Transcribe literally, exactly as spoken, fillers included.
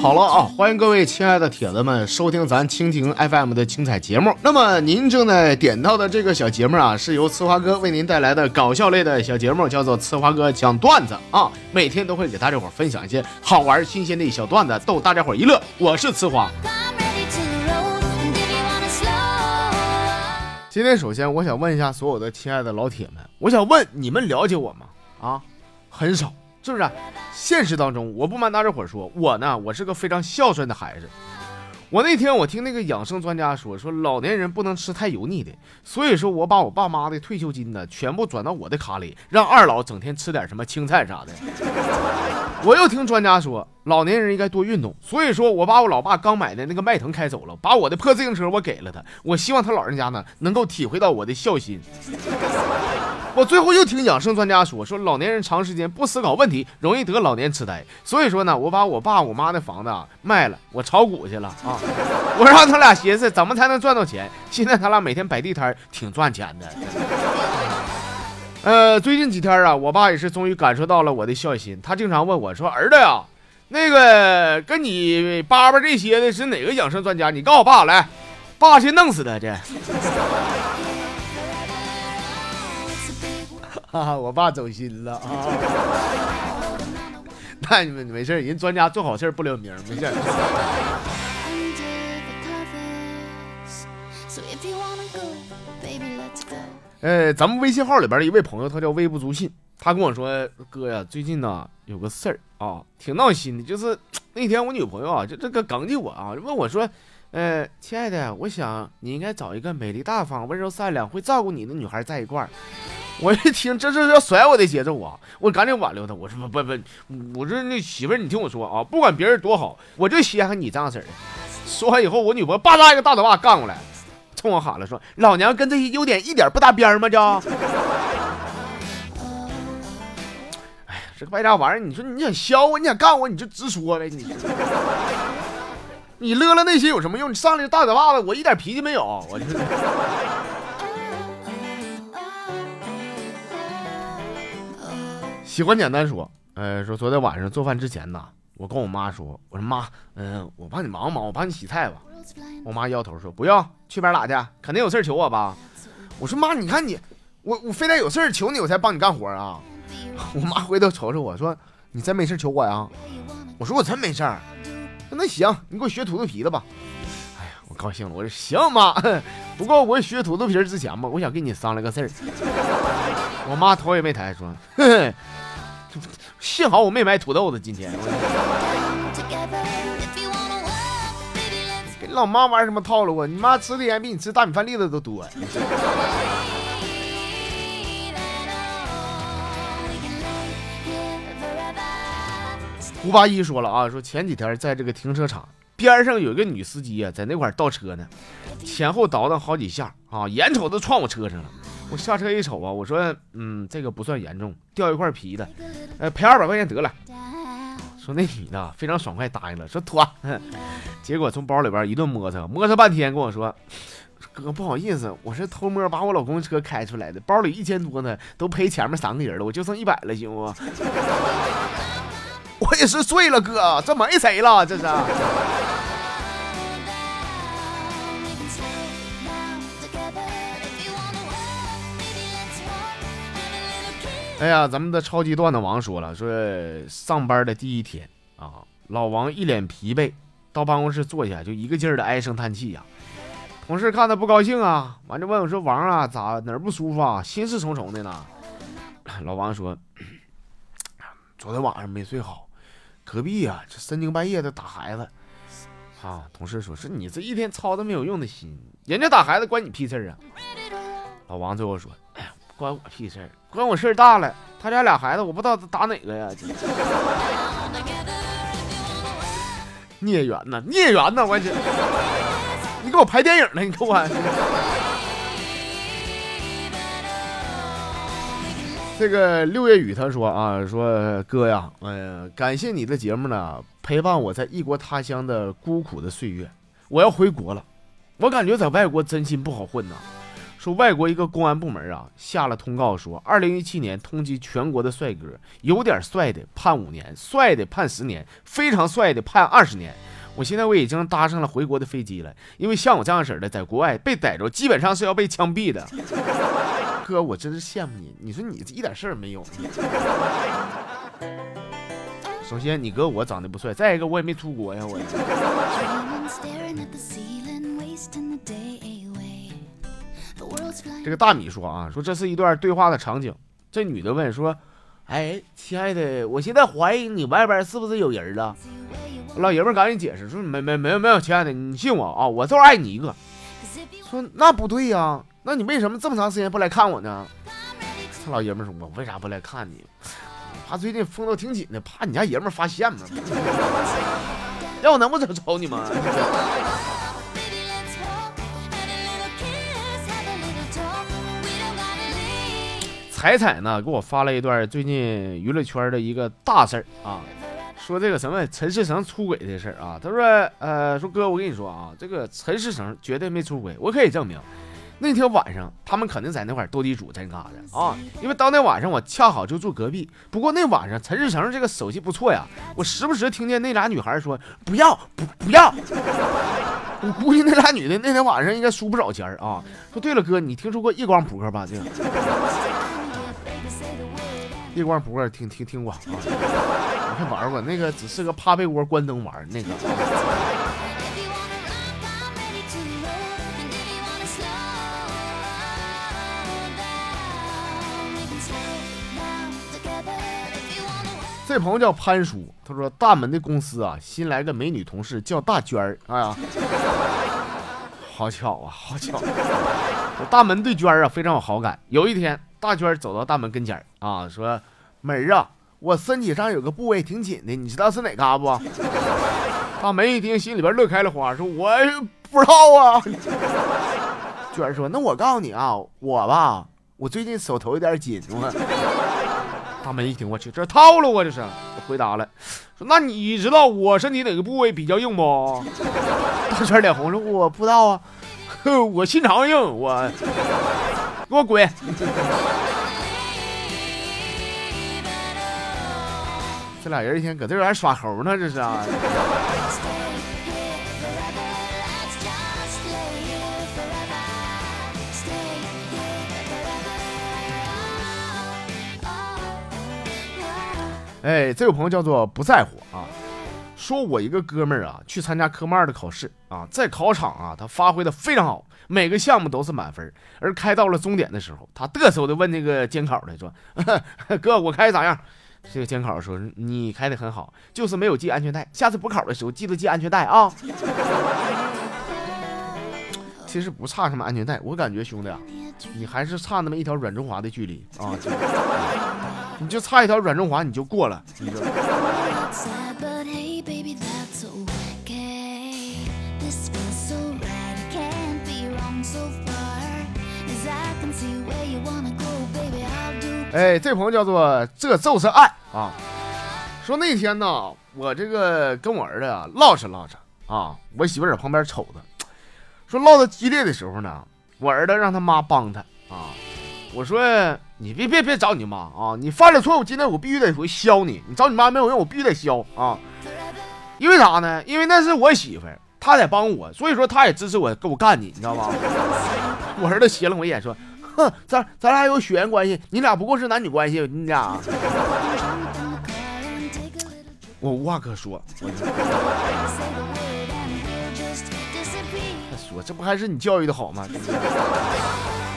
好了啊，欢迎各位亲爱的铁子们收听咱蜻蜓 F M 的精彩节目。那么您正在点到的这个小节目啊，是由呲花哥为您带来的搞笑类的小节目，叫做呲花哥讲段子啊。每天都会给大家伙分享一些好玩新鲜的小段子，逗大家伙一乐。我是呲花。今天首先我想问一下所有的亲爱的老铁们，我想问你们了解我吗？啊，很少，是不是？现实当中，我不瞒大家伙说，我呢，我是个非常孝顺的孩子。我那天我听那个养生专家说，说老年人不能吃太油腻的，所以说我把我爸妈的退休金呢全部转到我的卡里，让二老整天吃点什么青菜啥的。我又听专家说，老年人应该多运动，所以说我把我老爸刚买的那个迈腾开走了，把我的破自行车我给了他，我希望他老人家呢能够体会到我的孝心。我最后又听养生专家说，说老年人长时间不思考问题，容易得老年痴呆。所以说呢，我把我爸我妈的房子啊卖了，我炒股去了啊！我让他俩寻思怎么才能赚到钱。现在他俩每天摆地摊，挺赚钱的。呃，最近几天啊，我爸也是终于感受到了我的孝心。他经常问我说：“儿子呀，那个跟你爸爸这些的是哪个养生专家？你告诉我爸来，爸去弄死他去。”啊，我爸走心了啊！那你们没事，人专家做好事不留名，没事。呃，咱们微信号里边的一位朋友，他叫微不足信，他跟我说：“哥呀，最近呢有个事儿啊，挺闹心的。就是那天我女朋友啊，就这个耿起我啊，问我说。”呃，亲爱的，我想你应该找一个美丽大方、温柔善良、会照顾你的女孩在一块儿。我一听，这是要甩我的节奏啊！我赶紧挽留他，我说不不不，我说那媳妇儿，你听我说啊，不管别人多好，我就稀罕你这样式儿的。说完以后，我女朋友叭嚓一个大嘴巴干过来，冲我喊了说：“老娘跟这些优点一点不搭边吗？”就，哎呀，这个败家玩意儿，你说你想削我，你想干我，你就直说呗，你。你乐了那些有什么用？你上来就大嘴巴子，我一点脾气没有。我就喜欢简单说，呃，说昨天晚上做饭之前呢，我跟我妈说，我说妈，嗯、呃，我帮你忙忙，我帮你洗菜吧。我妈摇头说不用，去边打去？肯定有事求我吧？我说妈，你看你，我我非得有事求你，我才帮你干活啊。我妈回头瞅瞅我说，你真没事求我呀？我说我真没事儿。那行，你给我学土豆皮子吧。哎呀，我高兴了，我说行妈。不过我学土豆皮之前吧，我想跟你商量个事儿。我妈头也没抬说，嘿嘿，幸好我没买土豆子今天。跟老妈玩什么套路啊？你妈吃的盐比你吃大米饭粒子都多。吴八一说了啊，说前几天在这个停车场边上有一个女司机啊，在那块倒车呢，前后倒腾好几下啊，眼瞅着撞我车上了。我下车一瞅啊，我说嗯，这个不算严重，掉一块皮的，呃，赔二百块钱得了。说那女的非常爽快答应了，说妥。结果从包里边一顿摸索，摸索半天跟我说，哥不好意思，我是偷摸把我老公车开出来的，包里一千多呢，都赔前面三个人了，我就剩一百了，行不？我也是醉了哥，这没谁了，这是。哎呀，咱们的超级段子王说了，说上班的第一天啊，老王一脸疲惫，到办公室坐下就一个劲儿的唉声叹气呀、啊。同事看他不高兴啊，完就问我说：“王啊，咋哪儿不舒服啊？心事重重的呢？”老王说：“昨天晚上没睡好。”隔壁啊，这深更半夜的打孩子，啊！同事说：“是你这一天操的没有用的心，人家打孩子关你屁事啊！”老王最后说：“哎呀，关我屁事，关我事儿大了。他家俩孩子，我不知道打哪个呀。”孽缘呐，孽缘呐！我这，你给我拍电影呢？你给我。这个六月雨他说啊，说哥呀，呃，感谢你的节目呢，陪伴我在异国他乡的孤苦的岁月。我要回国了，我感觉在外国真心不好混呐。 说外国一个公安部门啊下了通告说，二零一七年通缉全国的帅哥，有点帅的判五年，帅的判十年，非常帅的判二十年。我现在我已经搭上了回国的飞机了，因为像我这样式的在国外被逮着，基本上是要被枪毙的。哥，我真是羡慕你，你说你一点事儿没有。首先，你哥我长得不帅，再一个我也没出国呀，我。这个大米说啊，说这是一段对话的场景。这女的问说：“哎，亲爱的，我现在怀疑你外边是不是有人了？”老爷们赶紧解释说：“没没没有没有，亲爱的，你信我啊，我就是爱你一个。”说那不对呀、啊，那你为什么这么长时间不来看我呢？这老爷们说：“我为啥不来看你？怕最近风头挺紧的，怕你家爷们发现嘛。要我能不瞅瞅你吗？”彩彩呢给我发了一段最近娱乐圈的一个大事儿啊，说这个什么陈世成出轨的事儿啊。他说呃说哥，我跟你说啊，这个陈世成绝对没出轨，我可以证明。那天晚上他们肯定在那块斗地主在干的啊，因为当天晚上我恰好就住隔壁。不过那晚上陈世成这个手气不错呀，我时不时听见那俩女孩说不要不不要。我估计那俩女的那天晚上应该输不少钱啊。说对了哥，你听说过夜光扑克吧？这个夜光扑克听听听过啊，我还玩过那个，只是个趴被窝关灯玩那个。这朋友叫潘叔，他说大门的公司啊新来个美女同事叫大娟儿，哎呀，好巧啊，好巧！大门对娟儿啊非常有好感。有一天，大娟走到大门跟前啊，说：“门儿啊，我身体上有个部位挺紧的，你知道是哪嘎不？”大门一听，心里边乐开了花，说：“我不知道啊。”娟儿说：“那我告诉你啊，我吧，我最近手头有点紧。”大门一听，我去，这套了我这是。回答了，说：“那你知道我身体哪个部位比较硬不？”大娟脸红说：“我不知道啊。”我心肠硬，我给我滚！这俩人一天搁这还耍猴呢，这是啊！哎，这位朋友叫做不在乎啊。说我一个哥们儿啊，去参加科目二的考试啊，在考场啊，他发挥的非常好，每个项目都是满分。而开到了终点的时候，他嘚瑟的问那个监考的说：“哥，我开咋样？”这个监考说：“你开的很好，就是没有系安全带，下次补考的时候记得系安全带啊。”其实不差什么安全带，我感觉兄弟啊，你还是差那么一条软中华的距离啊，就你就差一条软中华你就过了，你就。哎，这朋友叫做这就是爱啊，说那天呢，我这个跟我儿子啊唠着唠着啊，我媳妇在旁边瞅着，说唠得激烈的时候呢，我儿子让他妈帮他啊，我说你别别别找你妈啊，你犯了错误，今天我必须得回削你，你找你妈没有用，我必须得削啊，因为啥呢？因为那是我媳妇，她得帮我，所以说她也支持我跟我干你，你知道吗？我儿子斜了我一眼说。哼，咱咱俩有血缘关系，你俩不过是男女关系，你俩。我无话可说。他说这不还是你教育的好吗？